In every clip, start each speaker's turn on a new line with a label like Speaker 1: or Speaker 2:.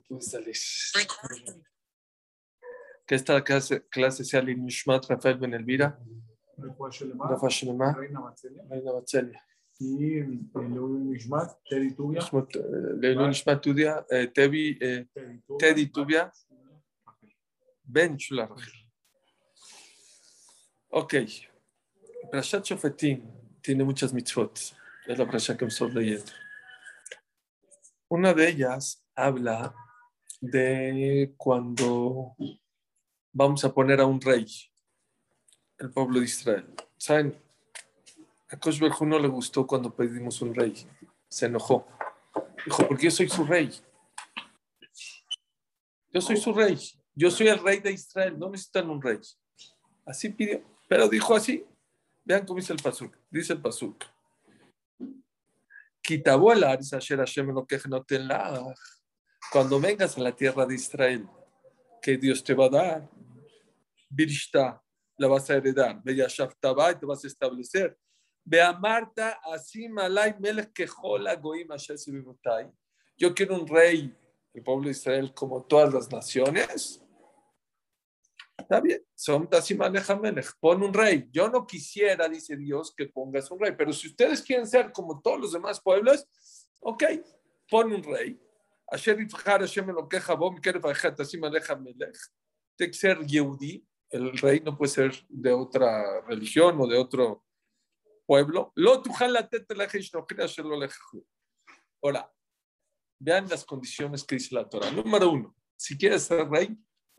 Speaker 1: Puedes salir. Que esta clase sea Nishmat Rafael Ben Elvira, Rafa Shelema, Reina Batzelia.
Speaker 2: Y Leilun Nishmat, Teddy Tubia.
Speaker 1: Leilun Nishmat Tubia, Teddy Tubia, Ben Shula Rachel. Ok. Parashat Shofetim tiene muchas mitzvot. Es la parashat que estamos leyendo. Una de ellas habla de cuando vamos a poner a un rey, el pueblo de Israel. ¿Saben? A Kosh Berjú no le gustó cuando pedimos un rey. Se enojó. Dijo, porque yo soy su rey. Yo soy su rey. Yo soy el rey de Israel. No necesitan un rey. Así pidió. Pero dijo así. Vean cómo dice el pasuk. Dice el pasuk. Cuando vengas a la tierra de Israel, que Dios te va a dar, Birishta, la vas a heredar. Beyashaftaba, te vas a establecer. Beamarta, Asim Alay Melech Kejola Goim Asher Sevivotai. Yo quiero un rey, el pueblo de Israel, como todas las naciones. Está bien, son Tasim Aleja Melech. Pon un rey. Yo no quisiera, dice Dios, que pongas un rey, pero si ustedes quieren ser como todos los demás pueblos, ok, pon un rey. Asher Yifchar Hashem Elokeja Bo Mikeref Ha'echat Tasim Aleja Melech. Tiene que ser Yehudí. El rey no puede ser de otra religión o de otro pueblo. Ahora, vean las condiciones que dice la Torah. Número 1, si quieres ser rey,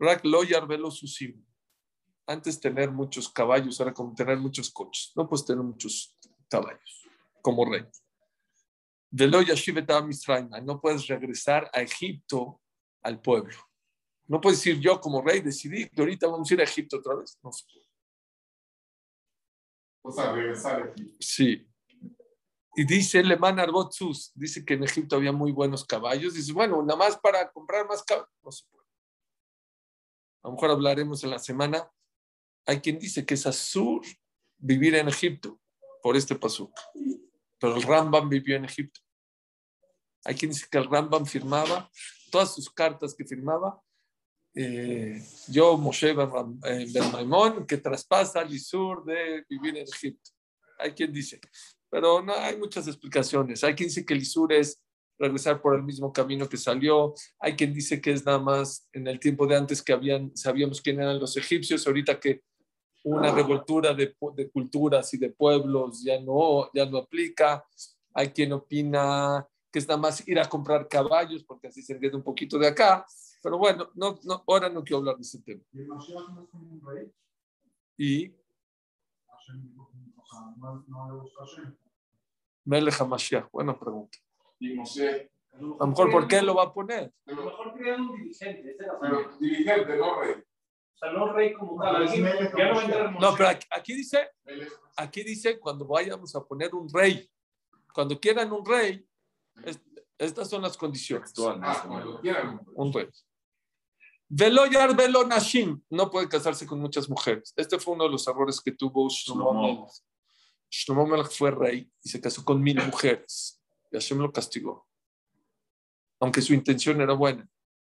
Speaker 1: antes tener muchos caballos, ahora como tener muchos coches. No puedes tener muchos caballos como rey. No puedes regresar a Egipto al pueblo. No puedes decir yo como rey decidí que ahorita vamos a ir a Egipto otra vez. No se puede.
Speaker 2: O sea, regresar aquí.
Speaker 1: Sí. Y dice Leman Arbotzus, dice que en Egipto había muy buenos caballos. Dice, bueno, nada más para comprar más caballos. No se puede. A lo mejor hablaremos en la semana. Hay quien dice que es azul vivir en Egipto por este pasuk. Pero el Rambam vivió en Egipto. Hay quien dice que el Rambam firmaba, todas sus cartas que firmaba, yo, Moshe Ben Maimón, que traspasa el Isur de vivir en Egipto. Hay quien dice, pero no hay muchas explicaciones. Hay quien dice que el Isur es regresar por el mismo camino que salió. Hay quien dice que es nada más en el tiempo de antes que sabíamos quién eran los egipcios, ahorita que una revoltura de culturas y de pueblos ya no aplica. Hay quien opina que es nada más ir a comprar caballos, porque así se entiende un poquito de acá. Pero bueno, ahora no quiero hablar de ese tema.
Speaker 2: ¿Y el Mashiach no es como un rey?
Speaker 1: Y
Speaker 2: Hashem, o sea, no le gusta Hashem.
Speaker 1: Melech HaMashiach, buena pregunta.
Speaker 2: Y Moshe.
Speaker 1: A lo mejor, ¿por qué lo va a poner?
Speaker 3: A lo mejor crean un dirigente.
Speaker 2: Pero dirigente, no rey.
Speaker 3: O sea, no rey como tal. Ya no va a entrar
Speaker 1: No, pero aquí dice cuando vayamos a poner un rey. Cuando quieran un rey, estas son las condiciones.
Speaker 2: Cuando quieran.
Speaker 1: Un rey. Velo yar velo nashim. No puede casarse con muchas mujeres. Este fue uno de los errores que tuvo Shlomo Melech. Shlomo Melech fue rey y se casó con 1000 mujeres. Y Hashem lo castigó. Aunque su intención era buena.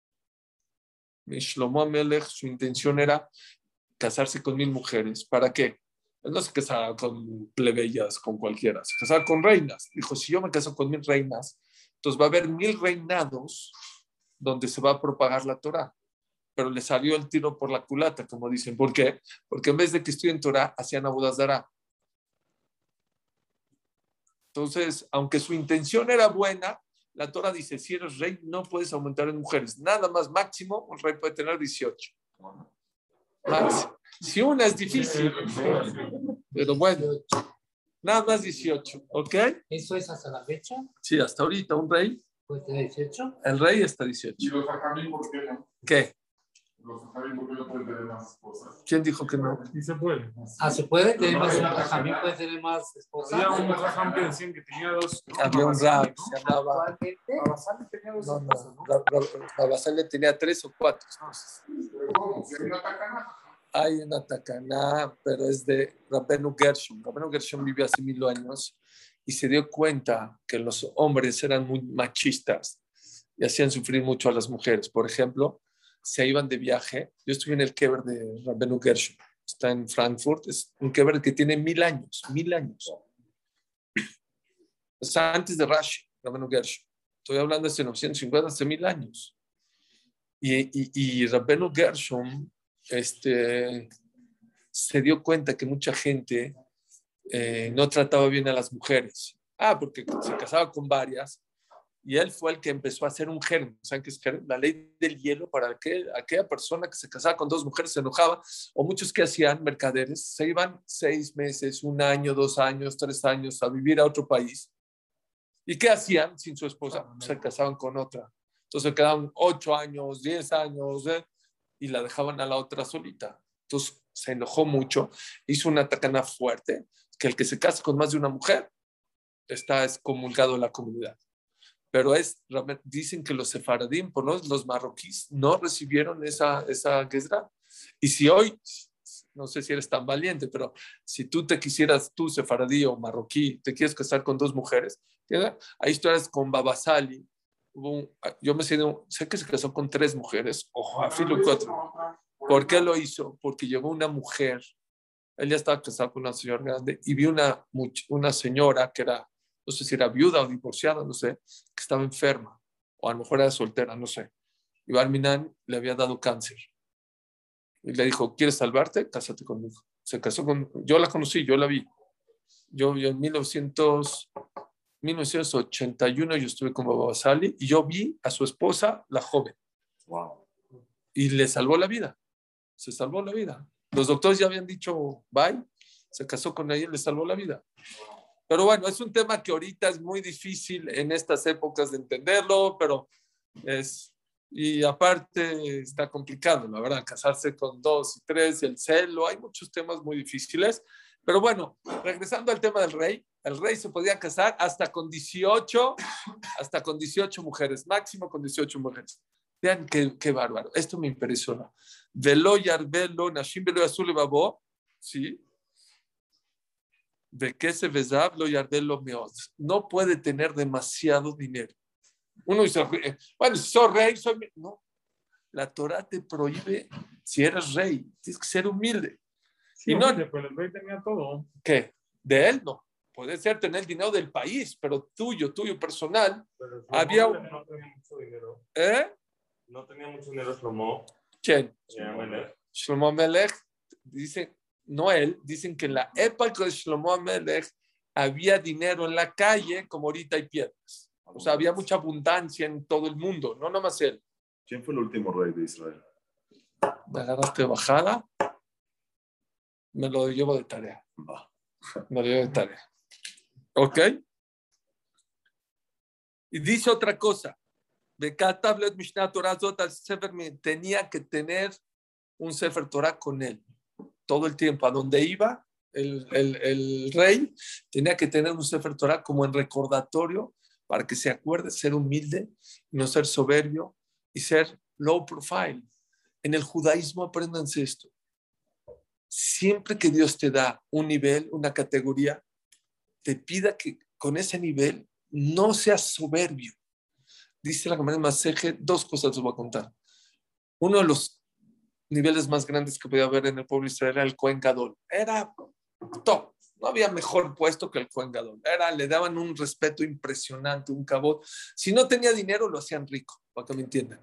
Speaker 1: Shlomo Melech, su intención era casarse con 1000 mujeres. ¿Para qué? Él no se casaba con plebeyas, con cualquiera. Se casaba con reinas. Dijo, si yo me caso con 1000 reinas, entonces va a haber 1000 reinados donde se va a propagar la Torah. Pero le salió el tiro por la culata, como dicen. ¿Por qué? Porque en vez de que estudien Torah, hacían abodazara. Entonces, aunque su intención era buena, la Torah dice, si eres rey, no puedes aumentar en mujeres. Nada más máximo, un rey puede tener 18. Más. Si una es difícil, pero bueno, nada más 18, ¿ok?
Speaker 4: ¿Eso es hasta la fecha?
Speaker 1: Sí, hasta ahorita un rey.
Speaker 4: ¿Puede tener 18?
Speaker 1: El rey está 18.
Speaker 2: ¿Y los Jajamim por qué no?
Speaker 1: ¿Qué?
Speaker 2: Los Jajamim por qué no pueden tener más esposas?
Speaker 1: ¿Quién dijo que no?
Speaker 5: Sí se puede.
Speaker 4: Ah, ¿se puede tener más? ¿Jamín puede tener más esposas?
Speaker 5: Había un Jajam que decían que tenía dos.
Speaker 1: Había un rab, se llamaba...
Speaker 4: Actualmente.
Speaker 2: tenía dos
Speaker 1: No,
Speaker 2: esposas, ¿no?
Speaker 1: Babasal le tenía 3 o 4 esposas.
Speaker 2: ¿Pero cómo? Si hay una tacana.
Speaker 1: Hay una tacaná, pero es de Rabbeinu Gershom. Rabbeinu Gershom vivió hace 1000 años y se dio cuenta que los hombres eran muy machistas. y hacían sufrir mucho a las mujeres. Por ejemplo, se iban de viaje. Yo estuve en el Kever de Rabbeinu Gershom, está en Frankfurt, es un Kever que tiene 1000 años, 1000 años. Es antes de Rashi, Rabbeinu Gershom. Estoy hablando de 950, hace 1000 años. Y Rabbeinu Gershom se dio cuenta que mucha gente no trataba bien a las mujeres. Porque se casaba con varias. Y él fue el que empezó a hacer un germen. ¿Saben qué es germen? La ley del hielo para que aquella persona que se casaba con 2 mujeres se enojaba. O muchos que hacían mercaderes se iban 6 meses, 1 año, 2 años, 3 años a vivir a otro país. ¿Y qué hacían sin su esposa? Se casaban con otra. Entonces quedaban 8 años, 10 años, y la dejaban a la otra solita. Entonces se enojó mucho, hizo una tacana fuerte, que el que se casa con más de una mujer está excomulgado de la comunidad. Pero dicen que los sefaradim, por los marroquíes, no recibieron esa gezra. Y si hoy, no sé si eres tan valiente, pero si tú te quisieras, tú sefaradí o marroquí, te quieres casar con 2 mujeres, hay historias con Babasali. Yo sé que se casó con 3 mujeres, o a filo 4. ¿Por qué lo hizo? Porque llegó una mujer, él ya estaba casado con una señora grande, y vio una señora que era, no sé si era viuda o divorciada, no sé, que estaba enferma, o a lo mejor era soltera, no sé. Y Barminan le había dado cáncer. Y le dijo, ¿quieres salvarte? Cásate conmigo. Se casó yo la conocí, yo la vi. Yo en 1981 yo estuve con Baba Basali y yo vi a su esposa, la joven.
Speaker 6: Wow.
Speaker 1: Y le salvó la vida. Se salvó la vida. Los doctores ya habían dicho bye, se casó con ella y le salvó la vida. Pero bueno, es un tema que ahorita es muy difícil en estas épocas de entenderlo, pero y aparte está complicado, la verdad, casarse con 2 y 3, el celo, hay muchos temas muy difíciles. Pero bueno, regresando al tema del rey, el rey se podía casar hasta con 18 mujeres, máximo con 18 mujeres. Vean qué bárbaro, esto me impresiona. Velo yarbelo, nashim velo azul babo, ¿sí? De que se besab lo yardelo meot. No puede tener demasiado dinero. Uno dice, bueno, si soy rey, no. La Torah te prohíbe, si eres rey, tienes que ser humilde.
Speaker 5: Sí,
Speaker 1: y no,
Speaker 5: pero el rey tenía todo.
Speaker 1: ¿qué? De él no. Puede ser tener el dinero del país, pero tuyo personal.
Speaker 6: Pero
Speaker 1: había.
Speaker 6: No tenía mucho dinero. No tenía mucho dinero Shlomo.
Speaker 1: ¿Quién?
Speaker 6: Shlomo
Speaker 1: Melech. Dicen, no él, dicen que en la época de Shlomo Melech había dinero en la calle como ahorita hay piedras. O sea, había mucha abundancia en todo el mundo, no nomás él.
Speaker 6: ¿Quién fue el último rey de Israel?
Speaker 1: Me agarraste bajada, me lo llevo de tarea. Me lo llevo de tarea. ¿Ok? Y dice otra cosa. Tenía que tener un Sefer Torah con él. Todo el tiempo. A donde iba el rey, tenía que tener un Sefer Torah como en recordatorio para que se acuerde ser humilde, no ser soberbio y ser low profile. En el judaísmo apréndanse esto. Siempre que Dios te da un nivel, una categoría, te pida que con ese nivel no seas soberbio. Dice la Gemara Maseje, 2 cosas les voy a contar. Uno de los niveles más grandes que podía haber en el pueblo de Israel era el Kohen Gadol. Era top. No había mejor puesto que el Kohen Gadol. Le daban un respeto impresionante, un cabot. Si no tenía dinero, lo hacían rico, para que me entiendan.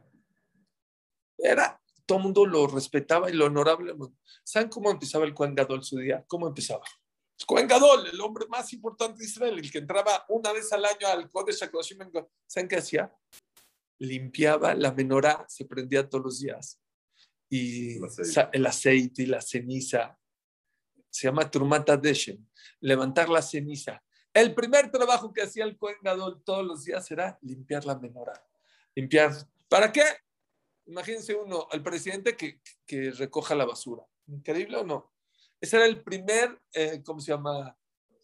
Speaker 1: Todo el mundo lo respetaba y lo honorable. ¿Saben cómo empezaba el Kohen Gadol su día? ¿Cómo empezaba? Kohen Gadol, el hombre más importante de Israel, el que entraba una vez al año al Kodesh HaKodashim. ¿Saben qué hacía? Limpiaba la menorá, se prendía todos los días. Y el aceite y la ceniza. Se llama Trumat HaDeshem, levantar la ceniza. El primer trabajo que hacía el Kohen Gadol todos los días era limpiar la menorá. Limpiar. ¿Para qué? Imagínense el presidente que recoja la basura. ¿Increíble o no? Ese era el primer, ¿cómo se llama?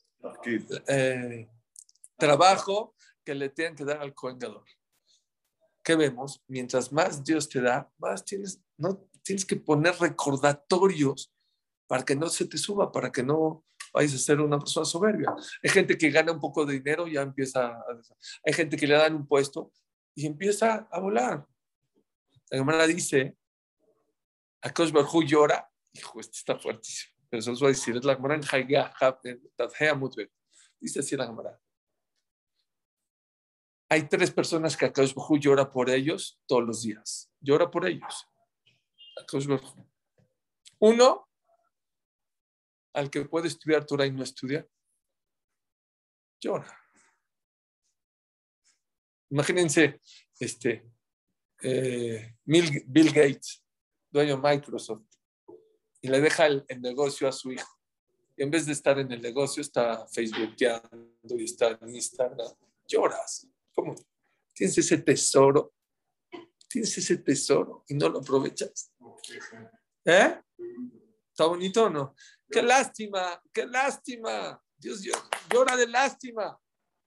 Speaker 1: Trabajo que le tienen que dar al Kohen Gadol. ¿Qué vemos? Mientras más Dios te da, más tienes que poner recordatorios para que no se te suba, para que no vayas a ser una persona soberbia. Hay gente que gana un poco de dinero y ya empieza hay gente que le dan un puesto y empieza a volar. La Gemara dice, Akadosh Baruj Hu llora, hijo, este está fuertísimo, pero eso os voy a decir, es la Gemara en Tadhea Mutbet. Dice así la Gemara. Hay 3 personas que Akadosh Baruj Hu llora por ellos todos los días. Llora por ellos. Akadosh Baruj Hu. Uno, al que puede estudiar Torah y no estudia, llora. Imagínense, Bill Gates, dueño de Microsoft, y le deja el negocio a su hijo. Y en vez de estar en el negocio, está facebookeando y está en Instagram. Lloras. ¿Cómo? Tienes ese tesoro y no lo aprovechas. ¿Eh? ¿Está bonito o no? ¡Qué lástima! ¡Qué lástima! Dios llora de lástima.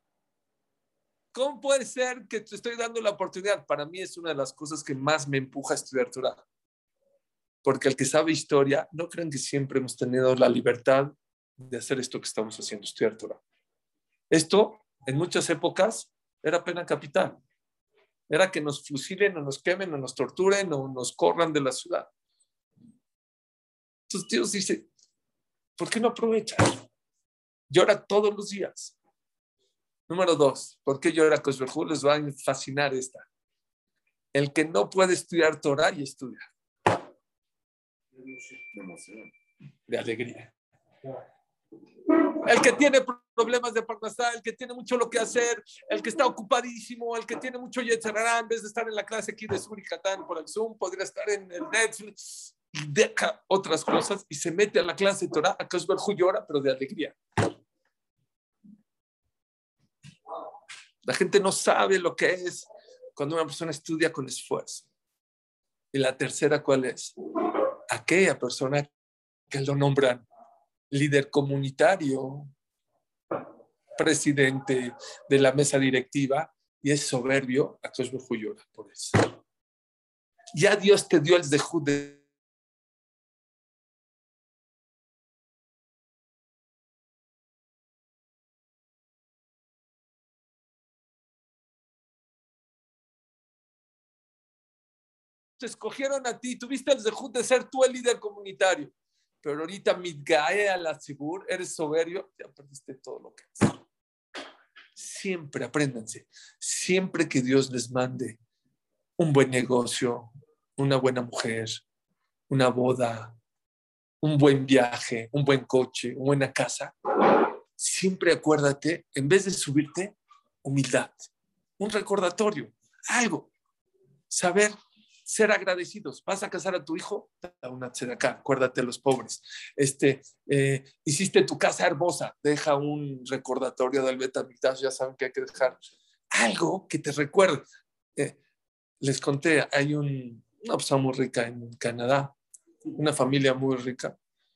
Speaker 1: ¿Cómo puede ser que te estoy dando la oportunidad? Para mí es una de las cosas que más me empuja a estudiar Torah. Porque el que sabe historia, no crean que siempre hemos tenido la libertad de hacer esto que estamos haciendo, estudiar Torah. Esto, en muchas épocas, era pena capital. Era que nos fusilen, o nos quemen, o nos torturen, o nos corran de la ciudad. Entonces Dios dice, ¿por qué no aprovechas? Llora todos los días. Número 2, ¿por qué llora Akadosh Baruj Hu? Les va a fascinar esta. El que no puede estudiar Torah y estudia. De emoción, de alegría. El que tiene problemas de parnasá, el que tiene mucho lo que hacer, el que está ocupadísimo, el que tiene mucho yetzer hará, en vez de estar en la clase aquí de Suri Catán por el Zoom, podría estar en el Netflix, deja otras cosas y se mete a la clase de Torah. Akadosh Baruj Hu llora, pero de alegría. La gente no sabe lo que es cuando una persona estudia con esfuerzo. Y la tercera, ¿cuál es? Aquella persona que lo nombran líder comunitario, presidente de la mesa directiva, y es soberbio, Akadosh Baruj Hu llora por eso. Ya Dios te dio el zehut de te escogieron a ti, tuviste el zehut de ser tú el líder comunitario, pero ahorita mitgae a la Tzibur, eres soberbio, ya perdiste todo lo que es. Siempre, apréndanse, siempre que Dios les mande un buen negocio, una buena mujer, una boda, un buen viaje, un buen coche, una buena casa, siempre acuérdate, en vez de subirte, humildad, un recordatorio, algo, saber ser agradecidos. Vas a casar a tu hijo, da una tzedaká, acuérdate de los pobres. Hiciste tu casa hermosa, deja un recordatorio del Bet HaMikdash, ya saben que hay que dejar algo que te recuerde. Les conté, hay una persona muy rica en Canadá, una familia muy rica.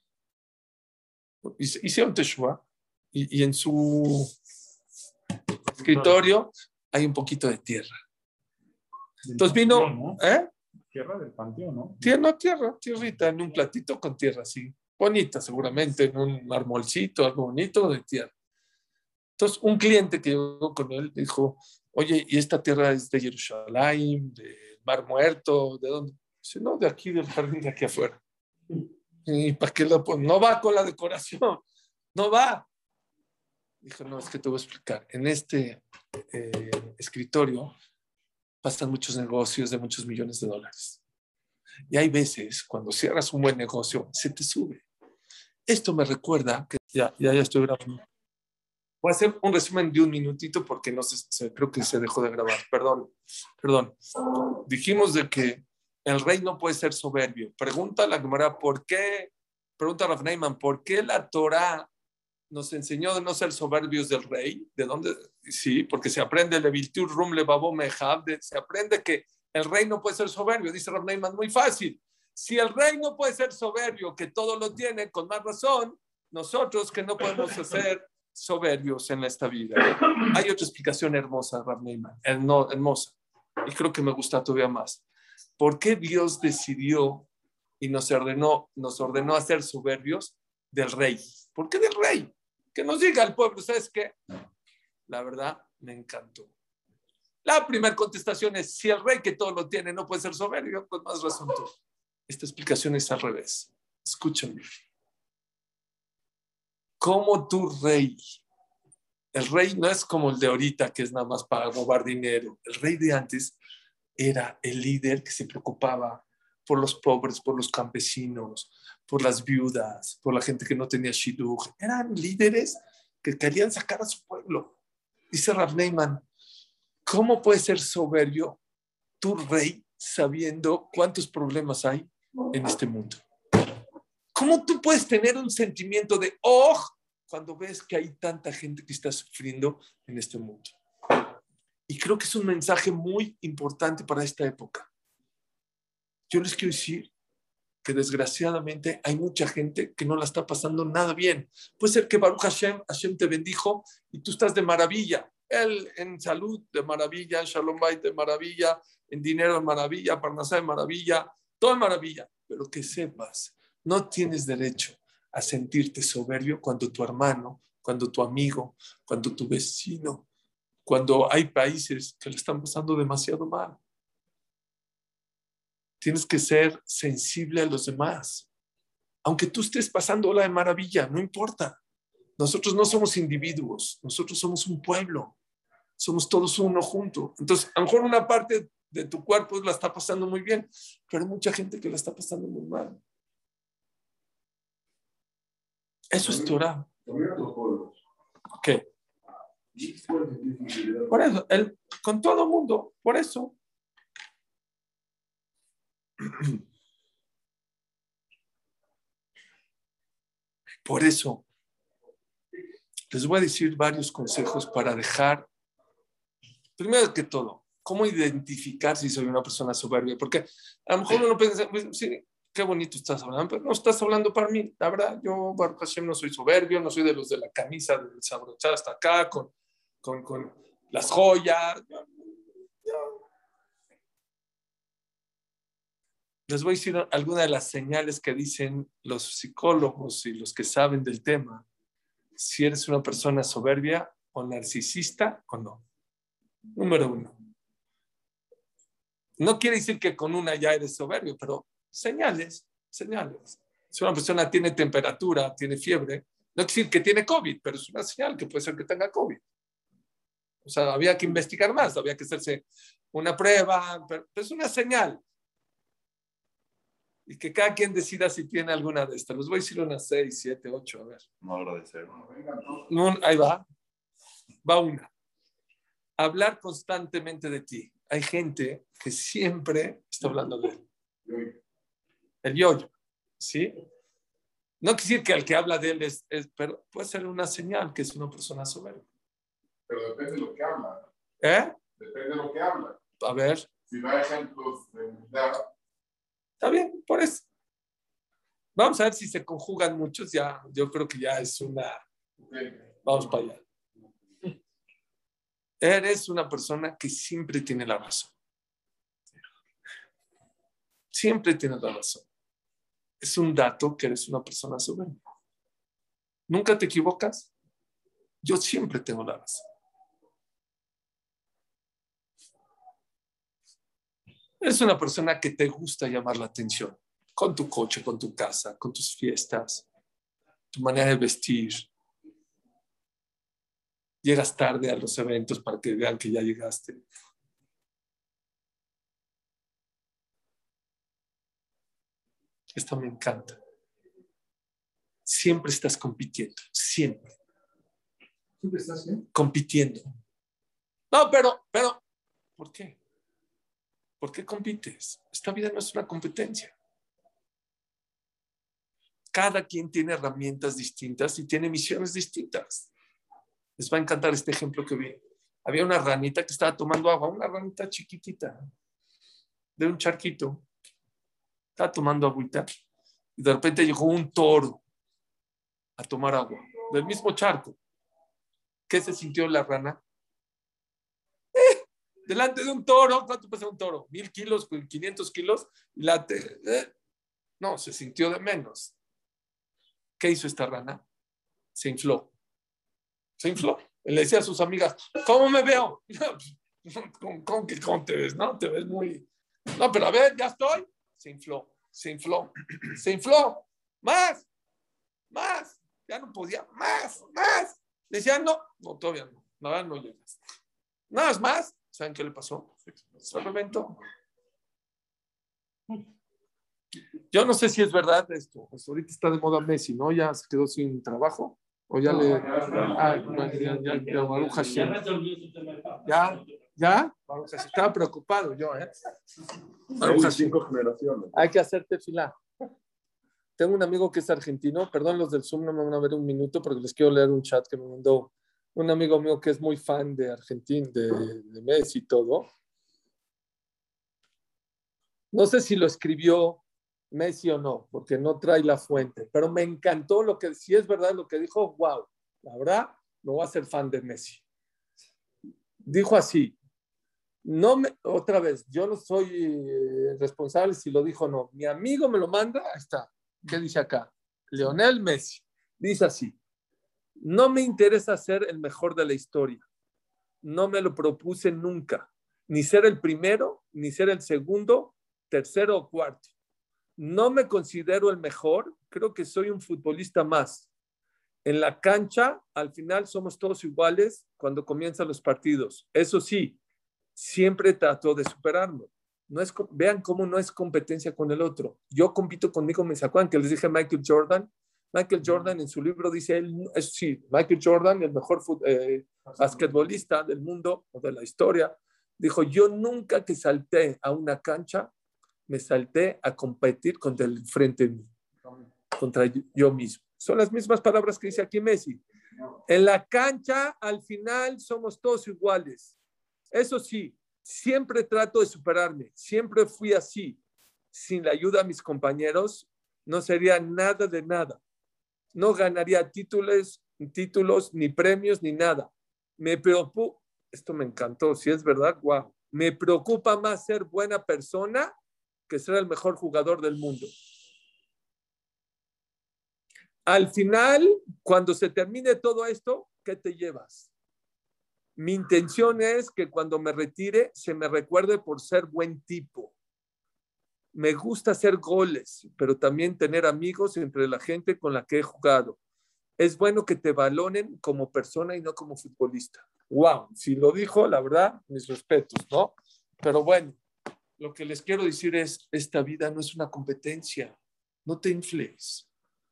Speaker 1: Hicieron Teshuvah y en su escritorio hay un poquito de tierra. Entonces vino,
Speaker 2: Tierra del panteón, ¿no?
Speaker 1: Tierrita, en un platito con tierra así, bonita seguramente, en un marmolcito, algo bonito de tierra. Entonces un cliente que llegó con él dijo, oye, ¿y esta tierra es de Jerusalén, de Mar Muerto, de dónde? Dice, no, de aquí, del jardín de aquí afuera. ¿Y para qué lo ponen? No va con la decoración, no va. Dijo, no, es que te voy a explicar. En este escritorio pasan muchos negocios de muchos millones de dólares. Y hay veces, cuando cierras un buen negocio, se te sube. Esto me recuerda que ya estoy grabando. Voy a hacer un resumen de un minutito porque no sé, creo que se dejó de grabar. Perdón. Dijimos de que el rey no puede ser soberbio. Pregunta a la Gemara, pregunta a Rav Neiman, ¿por qué la Torah nos enseñó de no ser soberbios del rey? ¿De dónde? Sí, porque se aprende Leviltur Rum Lebabo Mehab, se aprende que el rey no puede ser soberbio. Dice Rav Neiman, muy fácil. Si el rey no puede ser soberbio, que todo lo tiene, con más razón, nosotros que no podemos ser soberbios en esta vida. Hay otra explicación hermosa, Rav Neiman, hermosa, y creo que me gusta todavía más. ¿Por qué Dios decidió y nos ordenó a ser soberbios del rey? ¿Por qué del rey? Que nos diga al pueblo, ¿sabes qué? La verdad, me encantó. La primera contestación es, si el rey que todo lo tiene no puede ser soberbio, pues más razón tú. Esta explicación es al revés. Escúchame. ¿Cómo tu rey? El rey no es como el de ahorita, que es nada más para robar dinero. El rey de antes era el líder que se preocupaba por los pobres, por los campesinos, por las viudas, por la gente que no tenía shidduch. Eran líderes que querían sacar a su pueblo. Dice Rav Neyman, ¿cómo puede ser soberbio tu rey sabiendo cuántos problemas hay en este mundo? ¿Cómo tú puedes tener un sentimiento de cuando ves que hay tanta gente que está sufriendo en este mundo? Y creo que es un mensaje muy importante para esta época. Yo les quiero decir que desgraciadamente hay mucha gente que no la está pasando nada bien. Puede ser que Baruch Hashem te bendijo y tú estás de maravilla. Él en salud de maravilla, en Shalom Bayit de maravilla, en dinero de maravilla, Parnasá de maravilla, todo de maravilla. Pero que sepas, no tienes derecho a sentirte soberbio cuando tu hermano, cuando tu amigo, cuando tu vecino, cuando hay países que le están pasando demasiado mal. Tienes que ser sensible a los demás. Aunque tú estés pasando la de maravilla, no importa. Nosotros no somos individuos, nosotros somos un pueblo. Somos todos uno junto. Entonces, a lo mejor una parte de tu cuerpo la está pasando muy bien, pero hay mucha gente que la está pasando muy mal. Eso es Torah. ¿Qué? Por eso, con todo mundo, por eso. Por eso, les voy a decir varios consejos para dejar, primero que todo, cómo identificar si soy una persona soberbia, porque a lo mejor uno piensa, pues, sí, qué bonito estás hablando, pero no estás hablando para mí. La verdad, yo, Baruch Hashem, no soy soberbio, no soy de los de la camisa desabrochada hasta acá, con las joyas. Les voy a decir algunas de las señales que dicen los psicólogos y los que saben del tema, si eres una persona soberbia o narcisista o no. Número 1. No quiere decir que con una ya eres soberbio, pero señales. Si una persona tiene temperatura, tiene fiebre, no quiere decir que tiene COVID, pero es una señal que puede ser que tenga COVID. O sea, había que investigar más, había que hacerse una prueba, pero es una señal. Y que cada quien decida si tiene alguna de estas. Les voy a decir unas 6, 7, 8, a ver.
Speaker 6: No agradecer.
Speaker 1: Ahí va. Va una. Hablar constantemente de ti. Hay gente que siempre está hablando de él. El yo-yo, ¿sí? No quiere decir que el que habla de él pero puede ser una señal que es una persona soberbia.
Speaker 2: Pero depende de lo que habla. Depende de lo que habla.
Speaker 1: A ver.
Speaker 2: Si da ejemplos de humildad.
Speaker 1: Está bien, por eso. Vamos a ver si se conjugan muchos. Ya, yo creo que ya es una... Vamos para allá. Eres una persona que siempre tiene la razón. Siempre tienes la razón. Es un dato que eres una persona soberbia. ¿Nunca te equivocas? Yo siempre tengo la razón. Eres una persona que te gusta llamar la atención. Con tu coche, con tu casa, con tus fiestas, tu manera de vestir. Llegas tarde a los eventos para que vean que ya llegaste. Esto me encanta. Siempre estás compitiendo. Siempre.
Speaker 2: ¿Siempre estás bien?
Speaker 1: Compitiendo. No, pero, ¿por qué? ¿Por qué compites? Esta vida no es una competencia. Cada quien tiene herramientas distintas y tiene misiones distintas. Les va a encantar este ejemplo que vi. Había una ranita que estaba tomando agua, una ranita chiquitita, de un charquito. Estaba tomando agüita y de repente llegó un toro a tomar agua, del mismo charco. ¿Qué se sintió la rana? Delante de un toro, ¿cuánto pesa un toro? 1,000 kilos, 500 kilos. No, se sintió de menos. ¿Qué hizo esta rana? Se infló. Le decía a sus amigas, ¿cómo me veo? ¿Cómo te ves? ¿No? Te ves muy... No, pero a ver, ya estoy. Se infló. Más. Ya no podía. Más. Decían, no, todavía no. Nada, no llegas. Nada más. ¿Saben qué le pasó? Se reventó. Yo no sé si es verdad esto. Pues ahorita está de moda Messi, ¿no? Ya se quedó sin trabajo. O ya le... ya, Baruch Hashem. ¿Ya? Baruch Hashem. Estaba preocupado yo, ¿eh? Baruch Hashem.
Speaker 2: 5 generaciones.
Speaker 1: Hay que hacerte fila. Tengo un amigo que es argentino. Perdón, los del Zoom no me van a ver un minuto porque les quiero leer un chat que me mandó un amigo mío que es muy fan de Argentina, de Messi y todo. No sé si lo escribió Messi o no, porque no trae la fuente, pero me encantó lo que, si es verdad lo que dijo, wow, la verdad, me voy a ser fan de Messi. Dijo así, otra vez, yo no soy responsable si lo dijo o no, mi amigo me lo manda, ahí está, ¿qué dice acá? Lionel Messi, dice así, no me interesa ser el mejor de la historia, no me lo propuse nunca, ni ser el primero, ni ser el segundo, tercero o cuarto. No me considero el mejor, creo que soy un futbolista más. En la cancha, al final somos todos iguales cuando comienzan los partidos. Eso sí, siempre trato de superarme. Vean cómo no es competencia con el otro. Yo compito conmigo, me sacó, que les dije Michael Jordan. Michael Jordan en su libro dice, Michael Jordan, el mejor basquetbolista del mundo o de la historia, dijo, yo nunca que salté a una cancha me salté a competir contra el frente de mí, contra yo mismo. Son las mismas palabras que dice aquí Messi. En la cancha, al final, somos todos iguales. Eso sí, siempre trato de superarme. Siempre fui así. Sin la ayuda de mis compañeros, no sería nada de nada. No ganaría títulos, ni premios, ni nada. Me preocupa, esto me encantó, si es verdad, wow. Me preocupa más ser buena persona que ser el mejor jugador del mundo. Al final, cuando se termine todo esto, ¿qué te llevas? Mi intención es que cuando me retire se me recuerde por ser buen tipo. Me gusta hacer goles, pero también tener amigos entre la gente con la que he jugado. Es bueno que te valoren como persona y no como futbolista. Wow, si lo dijo, la verdad, mis respetos, ¿no? Pero bueno, lo que les quiero decir es, esta vida no es una competencia. No te infles.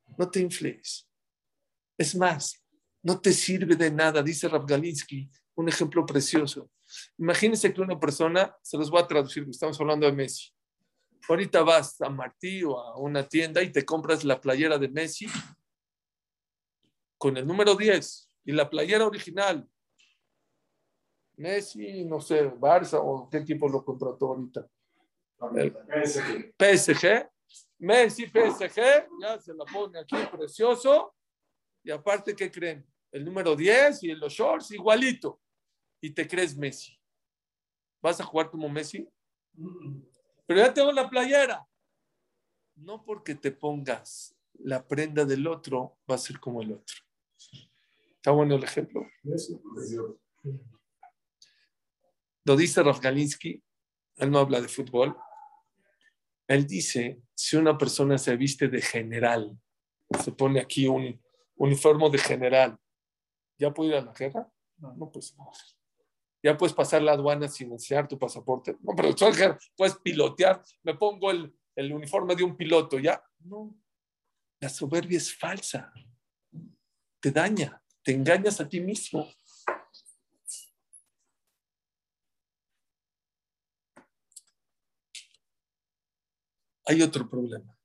Speaker 1: Es más, no te sirve de nada, dice Rav Galinsky, un ejemplo precioso. Imagínense que una persona, se los voy a traducir, estamos hablando de Messi. Ahorita vas a Martí o a una tienda y te compras la playera de Messi con el número 10 y la playera original. Messi, no sé, Barça o qué equipo lo contrató ahorita. PSG. Messi, PSG, ya se la pone aquí, precioso. Y aparte, ¿qué creen? El número 10 y los shorts igualito. Y te crees Messi. ¿Vas a jugar como Messi? Pero ya tengo la playera. No porque te pongas la prenda del otro, va a ser como el otro. ¿Está bueno el ejemplo? Lo dice Rav Galinsky, él no habla de fútbol. Él dice, si una persona se viste de general, se pone aquí un uniforme de general, ¿ya puede ir a la guerra? No, pues no. ¿Ya puedes pasar la aduana sin enseñar tu pasaporte? No, pero puedes pilotear. Me pongo el uniforme de un piloto, ¿ya? No. La soberbia es falsa. Te daña. Te engañas a ti mismo. Hay otro problema.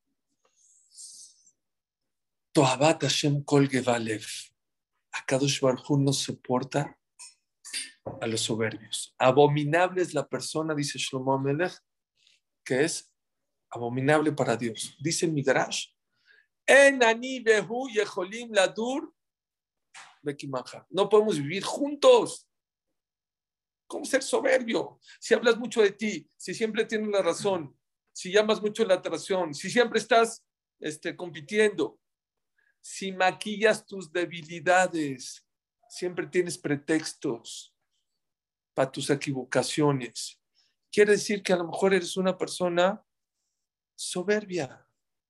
Speaker 1: Toabat Hashem kol gevalev. Akadosh Baruj Hu no soporta a los soberbios. Abominable es la persona, dice Shlomo Amelech, que es abominable para Dios. Dice Midrash, En ani behu yecholim ladur bekimaja. No podemos vivir juntos. ¿Cómo ser soberbio? Si hablas mucho de ti, si siempre tienes la razón, si llamas mucho la atracción, si siempre estás compitiendo, si maquillas tus debilidades, siempre tienes pretextos para tus equivocaciones. Quiere decir que a lo mejor eres una persona soberbia.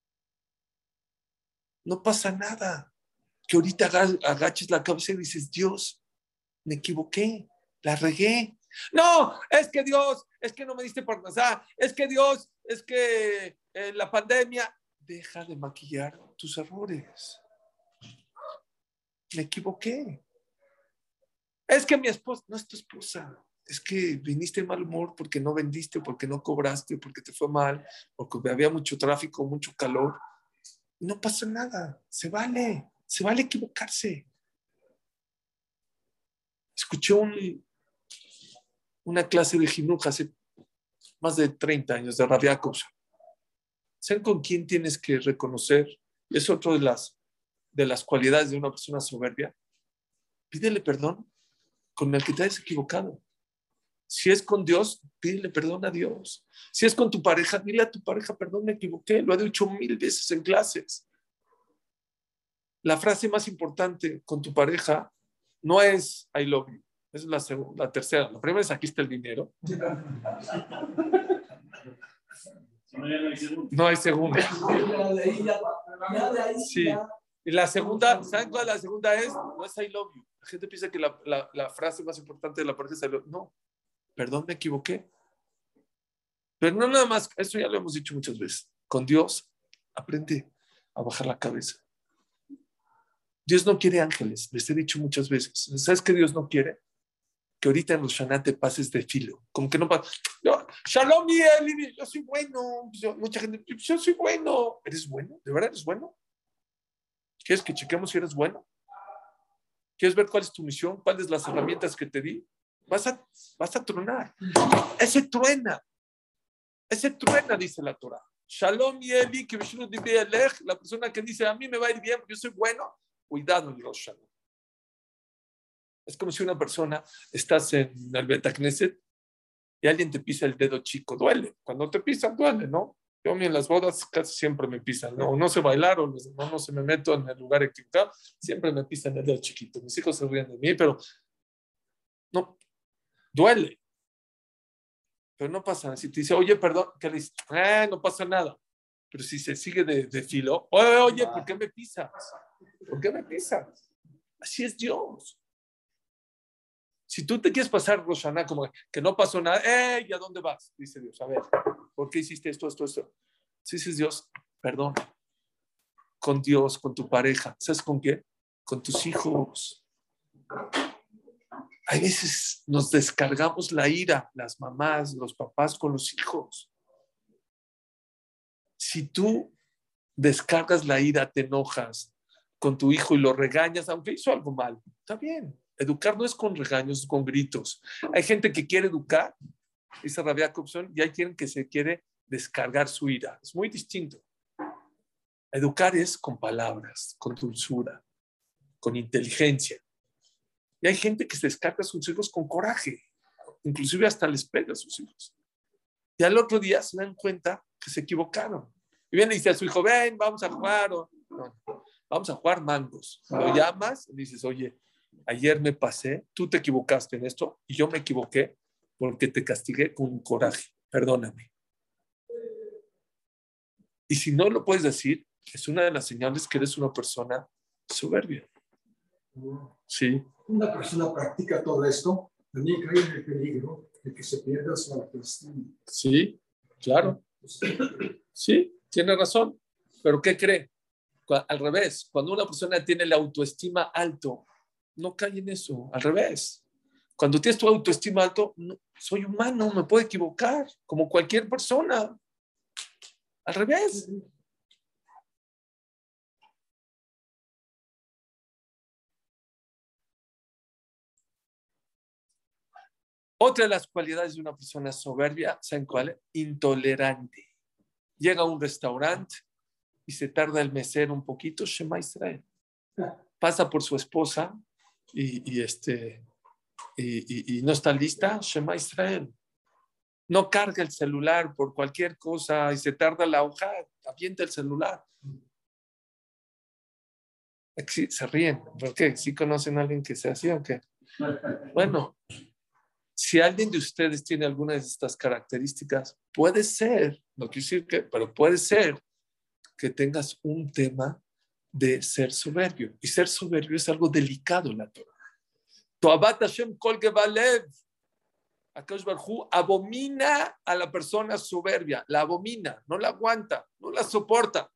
Speaker 1: No pasa nada. Que ahorita agaches la cabeza y dices, Dios, me equivoqué, la regué. No, es que Dios, es que no me diste por pasar, es que Dios, es que la pandemia. Deja de maquillar tus errores. Me equivoqué. Es que mi esposa, no es tu esposa. Es que viniste en mal humor porque no vendiste, porque no cobraste, porque te fue mal, porque había mucho tráfico, mucho calor. No pasa nada. Se vale equivocarse. Escuché una clase de Jinuj hace más de 30 años de Rav Jacobson. ¿Saben con quién tienes que reconocer? Es otra de las cualidades de una persona soberbia. Pídele perdón con el que te hayas equivocado. Si es con Dios, pídele perdón a Dios. Si es con tu pareja, dile a tu pareja, perdón, me equivoqué. Lo he dicho 1000 veces en clases. La frase más importante con tu pareja no es I love you. Esa es la tercera. La primera es aquí está el dinero. No hay segunda. Sí. Y la segunda, ¿saben cuál? La segunda no es I love you. La gente piensa que la frase más importante de la pareja es I love you. No, perdón, me equivoqué. Pero no nada más, eso ya lo hemos dicho muchas veces. Con Dios, aprende a bajar la cabeza. Dios no quiere ángeles, les he dicho muchas veces. ¿Sabes qué Dios no quiere? Que ahorita en Rosh Hashanah te pases de filo. Como que no pasa. Shalom, Eli, yo soy bueno. Mucha gente, yo soy bueno. ¿Eres bueno? ¿De verdad eres bueno? ¿Quieres que chequemos si eres bueno? ¿Quieres ver cuál es tu misión? ¿Cuáles las herramientas que te di? Vas a tronar. Ese truena, dice la Torah. Shalom, Eli, que la persona que dice, a mí me va a ir bien, yo soy bueno. Cuidado en Rosh Hashanah. Es como si una persona, estás en el Betacneset y alguien te pisa el dedo chico. Duele. Cuando te pisan, duele, ¿no? Yo en las bodas casi siempre me pisan. No sé bailar o no se me meto en el lugar equivocado. Siempre me pisan el dedo chiquito. Mis hijos se ríen de mí, pero no, duele. Pero no pasa nada. Si te dice, oye, perdón, ¿qué le dices? No pasa nada. Pero si se sigue de filo, oye, ¿por qué me pisas? ¿Por qué me pisas? Así es Dios. Si tú te quieres pasar, Rosh Hashanah, como que no pasó nada, ¿y a dónde vas? Dice Dios, a ver, ¿por qué hiciste esto? Si dices Dios, perdón, con Dios, con tu pareja, ¿sabes con qué? Con tus hijos. Hay veces nos descargamos la ira, las mamás, los papás con los hijos. Si tú descargas la ira, te enojas con tu hijo y lo regañas, aunque hizo algo mal, está bien. Educar no es con regaños, con gritos. Hay gente que quiere educar, dice Rav Jacobson, y hay quien que se quiere descargar su ira. Es muy distinto. Educar es con palabras, con dulzura, con inteligencia. Y hay gente que se descarga a sus hijos con coraje, inclusive hasta les pega a sus hijos. Y al otro día se dan cuenta que se equivocaron. Y viene y dice a su hijo, ven, vamos a jugar. Vamos a jugar mangos. Lo llamas y dices, oye, ayer me pasé, tú te equivocaste en esto y yo me equivoqué porque te castigué con coraje. Perdóname. Y si no lo puedes decir, es una de las señales que eres una persona soberbia. Sí.
Speaker 7: Una persona practica todo esto, también cae en el peligro de que se pierda su autoestima.
Speaker 1: Sí, claro. Sí, tiene razón. ¿Pero qué cree? Al revés, cuando una persona tiene la autoestima alto, no cae en eso. Al revés. Cuando tienes tu autoestima alto, no, soy humano, me puedo equivocar, como cualquier persona. Al revés. Otra de las cualidades de una persona soberbia, ¿saben cuál es? Intolerante. Llega a un restaurante y se tarda el mesero un poquito, Shema Israel. Pasa por su esposa y no está lista, Shema Israel. No carga el celular por cualquier cosa y se tarda la hoja, avienta el celular. Sí, se ríen. ¿Por qué? ¿Sí conocen a alguien que sea así o qué? Bueno, Si alguien de ustedes tiene alguna de estas características, puede ser, no quiero decir que, pero puede ser que tengas un tema de ser soberbio. Y ser soberbio es algo delicado en la Torah. Toabat Hashem kol gebalev. Akadosh Baruj Hu abomina a la persona soberbia, la abomina, no la aguanta, no la soporta.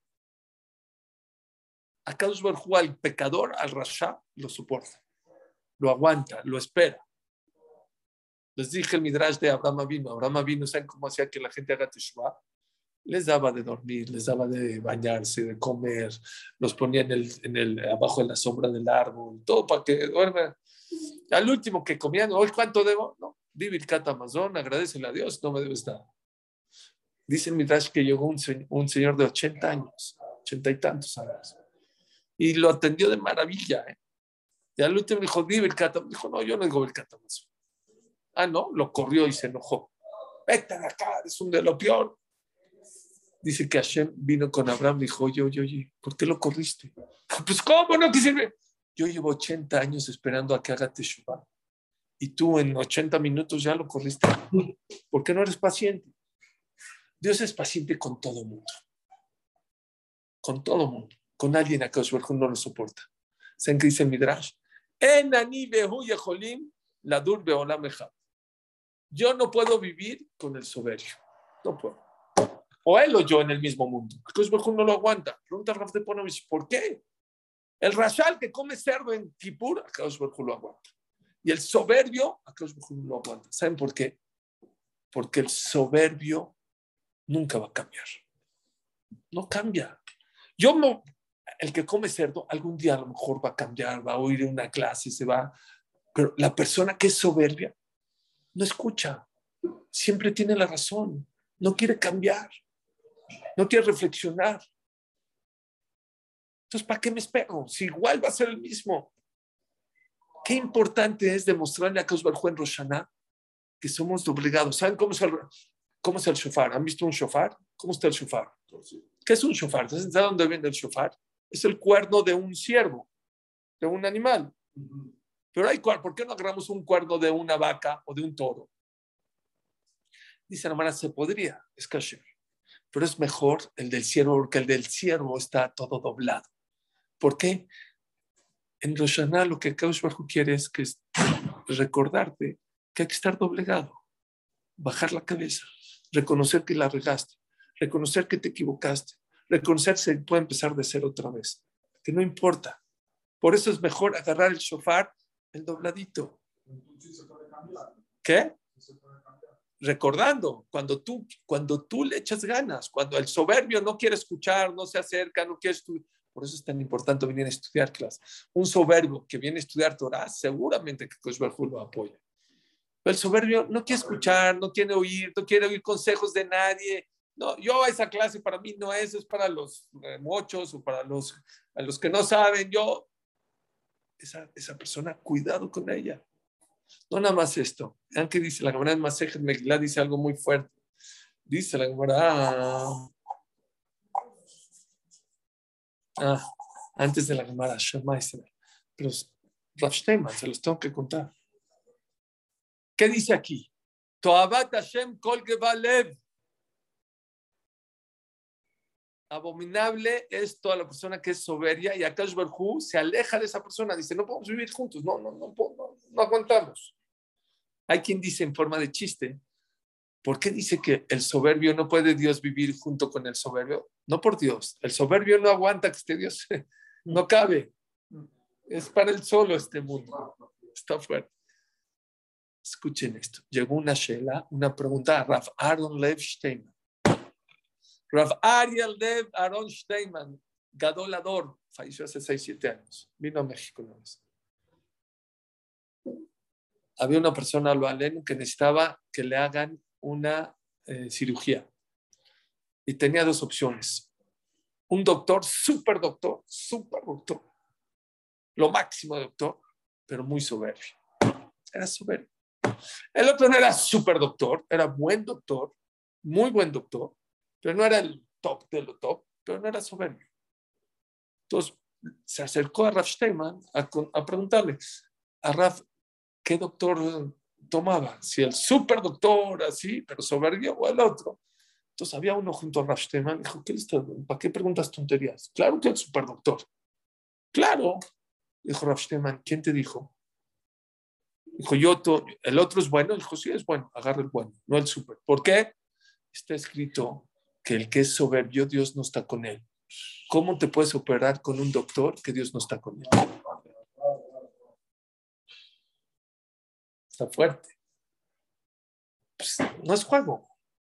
Speaker 1: Akadosh Baruj Hu al pecador, al rasha, lo soporta, lo aguanta, lo espera. Les dije el midrash de Abraham Avinu. Abraham Avinu, ¿saben cómo hacía que la gente haga teshuvah? Les daba de dormir, les daba de bañarse, de comer, los ponía abajo en la sombra del árbol, todo para que duerman. Al último que comían, hoy ¿cuánto debo? No, di Birkat Hamazon, agradecele a Dios, no me debes nada. Dice el midrash que llegó un señor de 80 años, 80 y tantos años, y lo atendió de maravilla. Y al último dijo, di Birkat Hamazon. Dijo, no, yo no digo Birkat Hamazon. Ah, no, lo corrió y se enojó. Vete de acá, es un de lo peor. Dice que Hashem vino con Abraham y dijo, oye, ¿por qué lo corriste? Pues, ¿cómo no quisiste? Yo llevo 80 años esperando a que haga teshuvah. Y tú en 80 minutos ya lo corriste. ¿Por qué no eres paciente? Dios es paciente con todo mundo. Con todo mundo. Con alguien acá no lo soporta. ¿Saben qué dice el Midrash? Yo no puedo vivir con el soberbio. No puedo. O él o yo en el mismo mundo. Akadosh Baruj Hu no lo aguanta. Pregunta a Rav de Ponovich, ¿por qué? El rashal que come cerdo en Kippur, Akadosh Baruj Hu lo aguanta. Y el soberbio, Akadosh Baruj Hu no lo aguanta. ¿Saben por qué? Porque el soberbio nunca va a cambiar. No cambia. El que come cerdo, algún día a lo mejor va a cambiar, va a oír una clase, se va. Pero la persona que es soberbia no escucha. Siempre tiene la razón. No quiere cambiar. No quiere reflexionar. Entonces, ¿para qué me espero? Si igual va a ser el mismo. Qué importante es demostrarle a Akadosh Baruj Hu en Rosh Hashanah que somos obligados. ¿Saben cómo es el shofar? ¿Han visto un shofar? ¿Cómo está el shofar? ¿Qué es un shofar? ¿Saben de dónde viene el shofar? Es el cuerno de un ciervo, de un animal. Pero ¿por qué no agarramos un cuerno de una vaca o de un toro? Dice la hermana, se podría, es kasher. Pero es mejor el del ciervo, porque el del ciervo está todo doblado. ¿Por qué? En Rosh Hashanah lo que Akadosh Baruj Hu quiere es recordarte que hay que estar doblegado, bajar la cabeza, reconocer que la regaste, reconocer que te equivocaste, reconocer que se puede empezar de cero otra vez, que no importa. Por eso es mejor agarrar el shofar, el dobladito. ¿Qué? Recordando, cuando tú le echas ganas, cuando el soberbio no quiere escuchar, no se acerca, no quiere estudiar. Por eso es tan importante venir a estudiar clases. Un soberbio que viene a estudiar Torah, seguramente que Akadosh Baruj Hu lo apoya. Pero el soberbio no quiere escuchar, no quiere oír consejos de nadie. No, yo esa clase para mí no es para los mochos o para los que no saben. Esa persona, cuidado con ella. No nada más esto. Vean que dice la Gemara en Masejet Megilá, dice algo muy fuerte. Dice la Gemara, antes de la Gemara, pero Rav Steinman, se los tengo que contar. ¿Qué dice aquí? Toabat Hashem kol gebalev. Abominable es toda la persona que es soberbia y Akadosh Baruj Hu se aleja de esa persona. Dice, no podemos vivir juntos, no aguantamos. Hay quien dice en forma de chiste, ¿por qué dice que el soberbio no puede Dios vivir junto con el soberbio? No por Dios. El soberbio no aguanta que esté Dios. No cabe. Es para él solo este mundo. Está fuerte. Escuchen esto. Llegó una pregunta a Rav Aaron Lev Steinman. Rav Ariel Lev Aaron Steinman, Gadolador, falleció hace 6-7 años. Vino a México una vez. Había una persona, lo aleno, que necesitaba que le hagan una cirugía. Y tenía dos opciones. Un doctor, súper doctor, lo máximo de doctor, pero muy soberbio. Era soberbio. El otro no era súper doctor, era buen doctor, muy buen doctor, pero no era el top de lo top, pero no era soberbio. Entonces se acercó a Rav Steinman a preguntarle a Rav, ¿qué doctor tomaba, si el super doctor así, pero soberbio, o el otro. Entonces había uno junto a Rav Shteman, dijo, ¿para qué preguntas tonterías? Claro que el super doctor. Claro. Dijo Rav Shteman, ¿quién te dijo? Dijo, ¿el otro es bueno? Dijo, sí, es bueno, agarra el bueno, no el super. ¿Por qué? Está escrito que el que es soberbio, Dios no está con él. ¿Cómo te puedes operar con un doctor que Dios no está con él? Está fuerte. Pues, no es juego.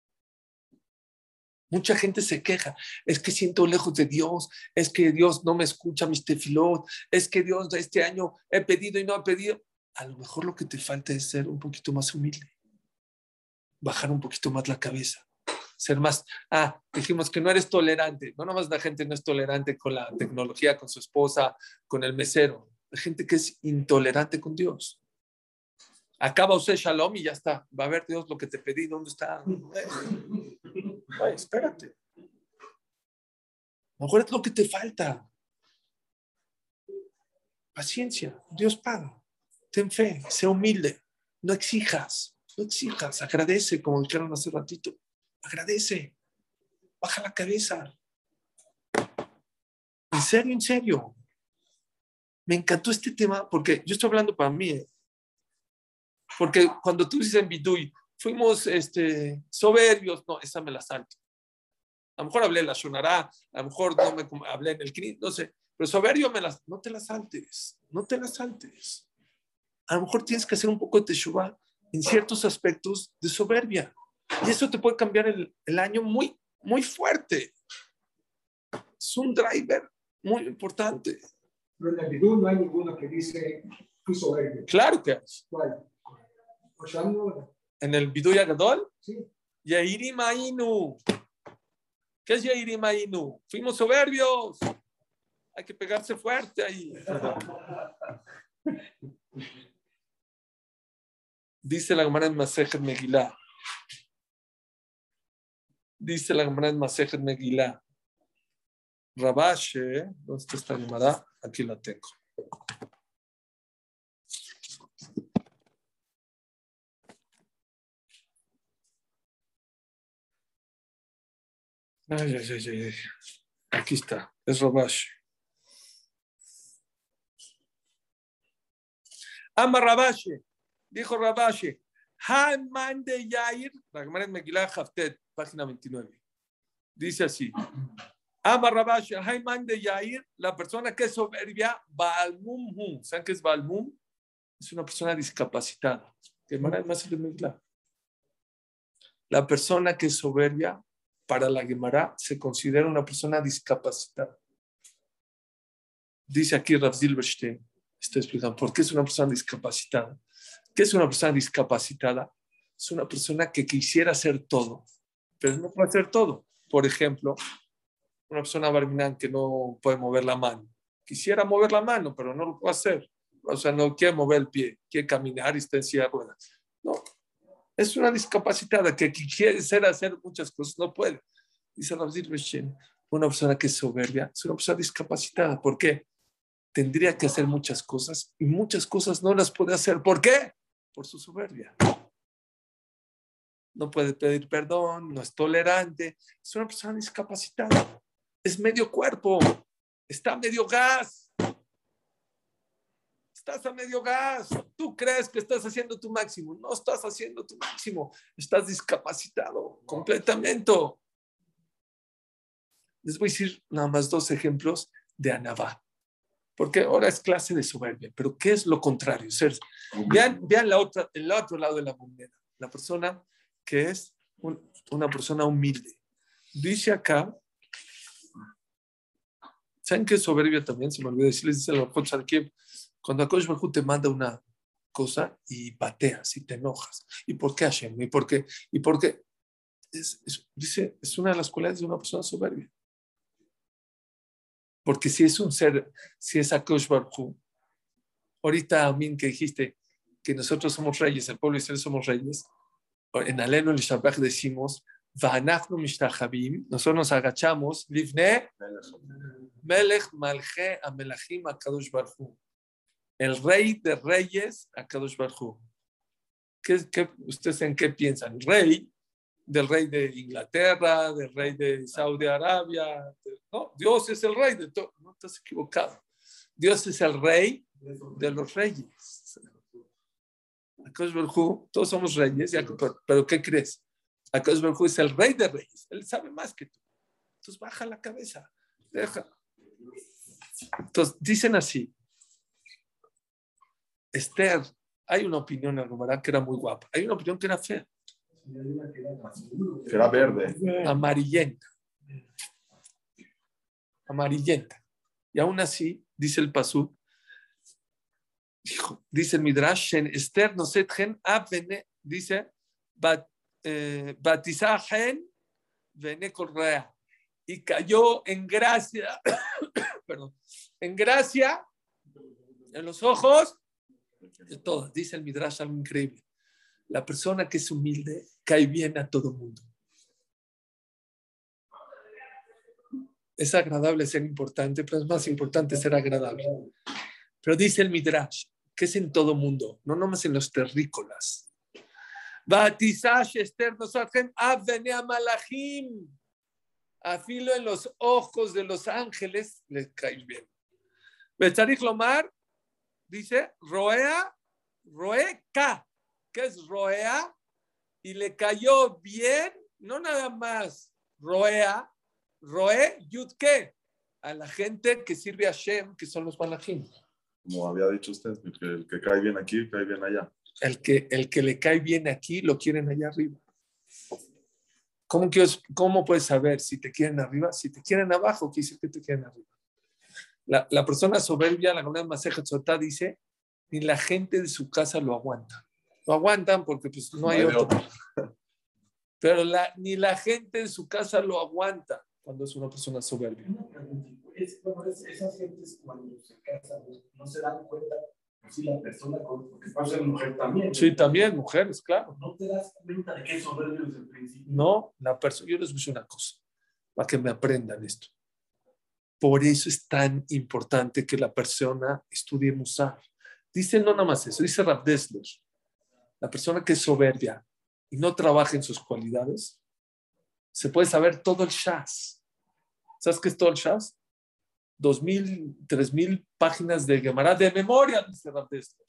Speaker 1: Mucha gente se queja. Es que siento lejos de Dios. Es que Dios no me escucha mis tefilot. Es que Dios este año he pedido y no ha pedido. A lo mejor lo que te falta es ser un poquito más humilde. Bajar un poquito más la cabeza. Ser más, dijimos que no eres tolerante. No nomás la gente no es tolerante con la tecnología, con su esposa, con el mesero. La gente que es intolerante con Dios. Acaba usted Shalom y ya está. Va a ver Dios lo que te pedí. ¿Dónde está? Ay, espérate. A lo mejor es lo que te falta. Paciencia. Dios paga. Ten fe. Sé humilde. No exijas. No exijas. Agradece, como dijeron hace ratito. Agradece. Baja la cabeza. En serio, en serio. Me encantó este tema porque yo estoy hablando para mí. Porque cuando tú dices en Biduy, fuimos soberbios, no, esa me la salto. A lo mejor hablé en la Shonará, a lo mejor no me hablé en el Knis, no sé, pero soberbio no te la saltes, no te la saltes. A lo mejor tienes que hacer un poco de teshuvah en ciertos aspectos de soberbia. Y eso te puede cambiar el año muy, muy fuerte. Es un driver muy importante.
Speaker 7: Pero en la Bidú no hay ninguno que dice fui soberbio.
Speaker 1: Claro que hay.
Speaker 7: ¿Cuál?
Speaker 1: En el Biduy Agadol,
Speaker 7: sí.
Speaker 1: Yairim Ainu. ¿Qué es Yairim Ainu? Fuimos soberbios. Hay que pegarse fuerte ahí. Dice la Gemara en Masejet Megilá. Dice la Gemara en Masejet Megilá. Rabashe, ¿dónde está esta Gemara? Aquí la tengo. Ay. Aquí está, es Rabash. Ama Rabash, dijo Rabash, Haman de Yair, la Gemara en Megilá Haftet, página 29. Dice así: Ama Rabash, Haman de Yair, la persona que es soberbia, Baalmum. ¿Saben qué es Baalmum? Es una persona discapacitada. Gemara es más de Megilá. La persona que es soberbia, para la Gemara, se considera una persona discapacitada. Dice aquí Rav Zilberstein, está explicando por qué es una persona discapacitada. ¿Qué es una persona discapacitada? Es una persona que quisiera hacer todo, pero no puede hacer todo. Por ejemplo, una persona barminán que no puede mover la mano. Quisiera mover la mano, pero no lo puede hacer. O sea, no quiere mover el pie, quiere caminar y está en silla de ruedas. No. Es una discapacitada que quiere hacer muchas cosas, no puede. Dice Rav Zilberstein, una persona que es soberbia es una persona discapacitada. ¿Por qué? Tendría que hacer muchas cosas y muchas cosas no las puede hacer. ¿Por qué? Por su soberbia. No puede pedir perdón, no es tolerante. Es una persona discapacitada. Es medio cuerpo. Está a medio gas. Estás a medio gas. Tú crees que estás haciendo tu máximo. No estás haciendo tu máximo. Estás discapacitado completamente. Les voy a decir nada más 2 ejemplos de Anabá. Porque ahora es clase de soberbia. Pero ¿qué es lo contrario? Vean el otro lado de la moneda. La persona que es una persona humilde. Dice acá, ¿saben qué es soberbia también? Se me olvidó decirles, dice el Rajot Sarkiev, cuando Akadosh Baruj Hu te manda una cosa y pateas y te enojas. ¿Y por qué Hashem? ¿Y por qué? ¿Y por qué? Dice, es una de las cualidades de una persona soberbia. Porque si es un ser, si es Akadosh Baruj Hu, ahorita, Amin, que dijiste que nosotros somos reyes, el pueblo de Israel somos reyes, en Alenu el Shabbat decimos, Va'anachnu mishtachavim, nosotros nos agachamos, Livne, Melech Malche Amelachim Akadosh Baruj Hu. El rey de reyes, Akadosh Baruj Hu. ¿Ustedes en qué piensan? ¿Rey? ¿Del rey de Inglaterra? ¿Del rey de Saudi Arabia? No, Dios es el rey de todo. No estás equivocado. Dios es el rey de los reyes. Todos somos reyes, pero ¿qué crees? Akadosh Baruj Hu es el rey de reyes. Él sabe más que tú. Entonces baja la cabeza. Deja. Entonces dicen así. Esther, hay una opinión en Gemara que era muy guapa. Hay una opinión que era fea.
Speaker 2: Que era verde.
Speaker 1: Amarillenta. Amarillenta. Y aún así, dice el pasú, dice el Midrash, en Esther no se gen avene, dice, batizajen vene correa. Y cayó en gracia, perdón, en gracia, en los ojos de todos. Dice el Midrash algo increíble. La persona que es humilde cae bien a todo mundo. Es agradable ser importante, pero es más importante ser agradable. Pero dice el Midrash, que es en todo mundo, no nomás en los terrícolas. Batizash Esther nosatjem avene malachim. Afilo en los ojos de los ángeles, les cae bien. Betzarich Lomar dice, roea, roeka. ¿Qué es roea? Y le cayó bien, no nada más roea, roe, yudke, a la gente que sirve a Hashem, que son los malachim.
Speaker 2: Como había dicho usted, el que cae bien aquí, cae bien allá.
Speaker 1: El que le cae bien aquí, lo quieren allá arriba. ¿Cómo puedes saber si te quieren arriba? Si te quieren abajo, ¿qué dice que te quieren arriba? La persona soberbia, la Gemara Masejet Sotá dice, ni la gente de su casa lo aguanta. Lo aguantan porque pues, no hay otro. Pero ni la gente de su casa lo aguanta cuando es una persona soberbia.
Speaker 8: Esas gentes cuando se casan no se dan cuenta si la persona, porque puede ser mujer también.
Speaker 1: Sí, también, mujeres, claro.
Speaker 8: No te das cuenta de que es soberbio desde el principio.
Speaker 1: No, yo les voy a una cosa, para que me aprendan esto. Por eso es tan importante que la persona estudie Musar. Dice no nada más eso, dice Rav Dessler, la persona que es soberbia y no trabaja en sus cualidades, se puede saber todo el Shas. ¿Sabes qué es todo el Shas? 2,000, 3,000 páginas de Gemara de memoria, dice Rav Dessler.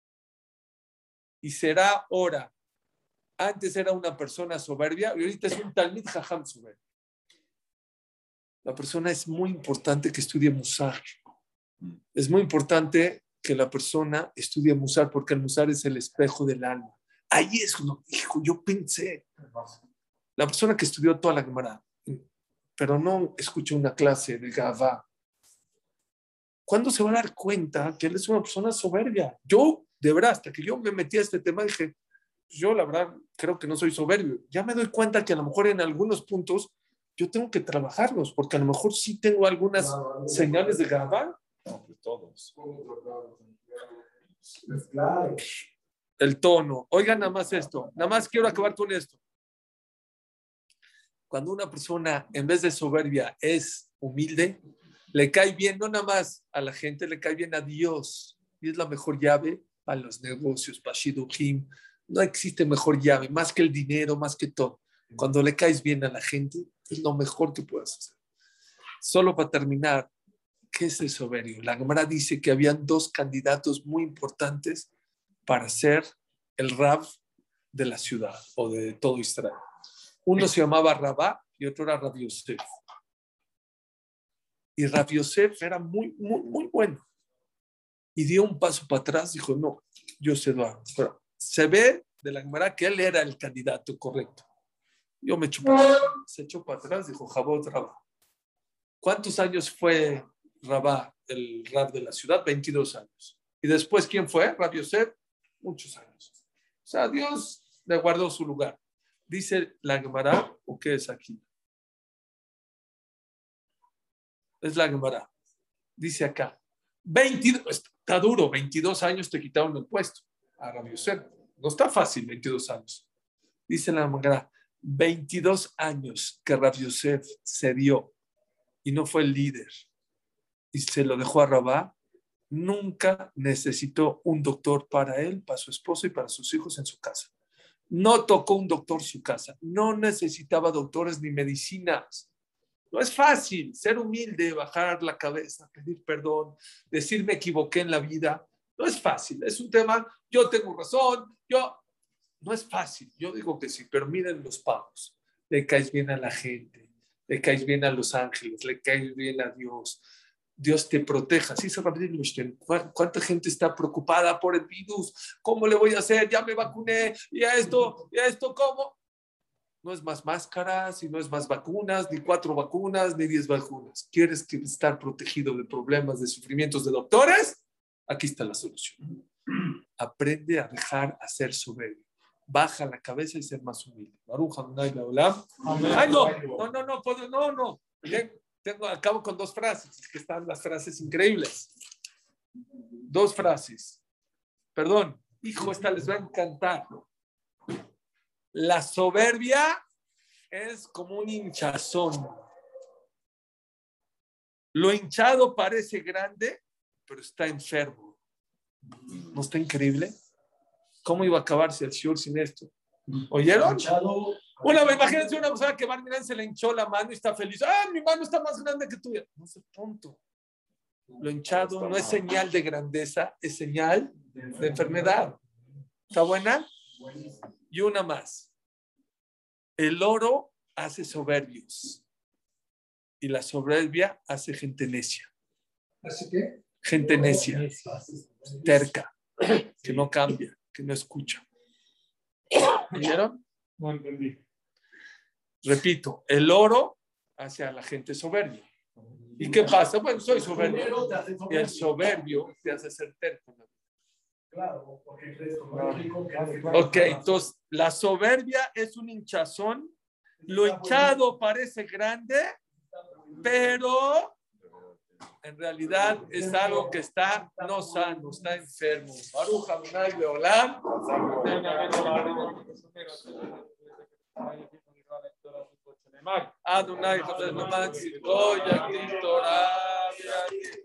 Speaker 1: Y será ahora. Antes era una persona soberbia y ahorita es un Talmid Jajam soberbio. La persona es muy importante que estudie Musar. Es muy importante que la persona estudie Musar porque el Musar es el espejo del alma. Ahí es cuando, hijo, yo pensé. La persona que estudió toda la Gemara, pero no escuchó una clase de Gavá, ¿cuándo se va a dar cuenta que él es una persona soberbia? Yo, de verdad, hasta que yo me metí a este tema, dije, yo la verdad creo que no soy soberbio. Ya me doy cuenta que a lo mejor en algunos puntos yo tengo que trabajarlos, porque a lo mejor sí tengo algunas señales de Gavá. No, de todos. El tono. Oigan nada más esto. Nada más quiero acabar con esto. Cuando una persona, en vez de soberbia, es humilde, le cae bien no nada más a la gente, le cae bien a Dios. Y es la mejor llave para los negocios, para Shidduchim. No existe mejor llave, más que el dinero, más que todo. Cuando le caes bien a la gente, es lo mejor que puedes hacer. Solo para terminar, ¿qué es el soberbio? La Gemara dice que habían 2 candidatos muy importantes para ser el Rav de la ciudad o de todo Israel. Uno se llamaba Rabá y otro era Rav Yosef. Y Rav Yosef era muy bueno. Y dio un paso para atrás, dijo, no, yo cedo. Pero se ve de la Gemara que él era el candidato correcto. Yo me echo para atrás. Se echó para atrás, dijo, Jabot Rabá. ¿Cuántos años fue Rabá, el Rav de la ciudad? 22 años. Y después, ¿quién fue? Rav Yosef, muchos años. O sea, Dios le guardó su lugar. Dice la Gemara, ¿o qué es aquí? Es la Gemara. Dice acá, 22, está duro, 22 años te quitaron el puesto a Rav Yosef. No está fácil, 22 años. Dice la Gemara, 22 años que Rav Yosef se dio y no fue el líder y se lo dejó a Rabá, nunca necesitó un doctor para él, para su esposo y para sus hijos en su casa. No tocó un doctor su casa. No necesitaba doctores ni medicinas. No es fácil ser humilde, bajar la cabeza, pedir perdón, decir me equivoqué en la vida. No es fácil. Es un tema, yo tengo razón, no es fácil. Yo digo que sí, pero miren los pagos. Le caes bien a la gente, le caes bien a los ángeles, le caes bien a Dios. Dios te proteja. Sí, ¿cuánta gente está preocupada por el virus? ¿Cómo le voy a hacer? Ya me vacuné, y a esto, ¿cómo? No es más máscaras, y no es más vacunas, ni 4 vacunas, ni 10 vacunas. ¿Quieres estar protegido de problemas, de sufrimientos de doctores? Aquí está la solución. Aprende a dejar a ser soberbio. Baja la cabeza y ser más humilde. Baruch Adonai Leolam. Ay, no. Bien. Acabo con 2 frases, que están las frases increíbles. 2 frases. Perdón, hijo, esta les va a encantar. La soberbia es como un hinchazón. Lo hinchado parece grande, pero está enfermo. ¿No está increíble? ¿Cómo iba a acabarse el shiur sin esto? ¿Oyeron? Imagínense una persona que va a mirar, se le hinchó la mano y está feliz. ¡Ah, mi mano está más grande que tuya! No sé, tonto. Lo hinchado no es señal de grandeza, es señal de enfermedad. ¿Está buena? Y una más. El oro hace soberbios y la soberbia hace gente necia.
Speaker 7: ¿Así qué?
Speaker 1: Gente necia, terca, que no cambia, que no escucha. ¿Vieron?
Speaker 5: No entendí.
Speaker 1: Repito, el oro hace a la gente soberbia. ¿Y qué pasa? Bueno, soy soberbio. Y el soberbio te hace ser terco.
Speaker 8: Claro, porque crees
Speaker 1: Ok, entonces la soberbia es un hinchazón. Lo hinchado parece grande, pero en realidad es algo que está no sano, está enfermo. Baruch Adonai Leolam. Adonai, Adonai, Adonai,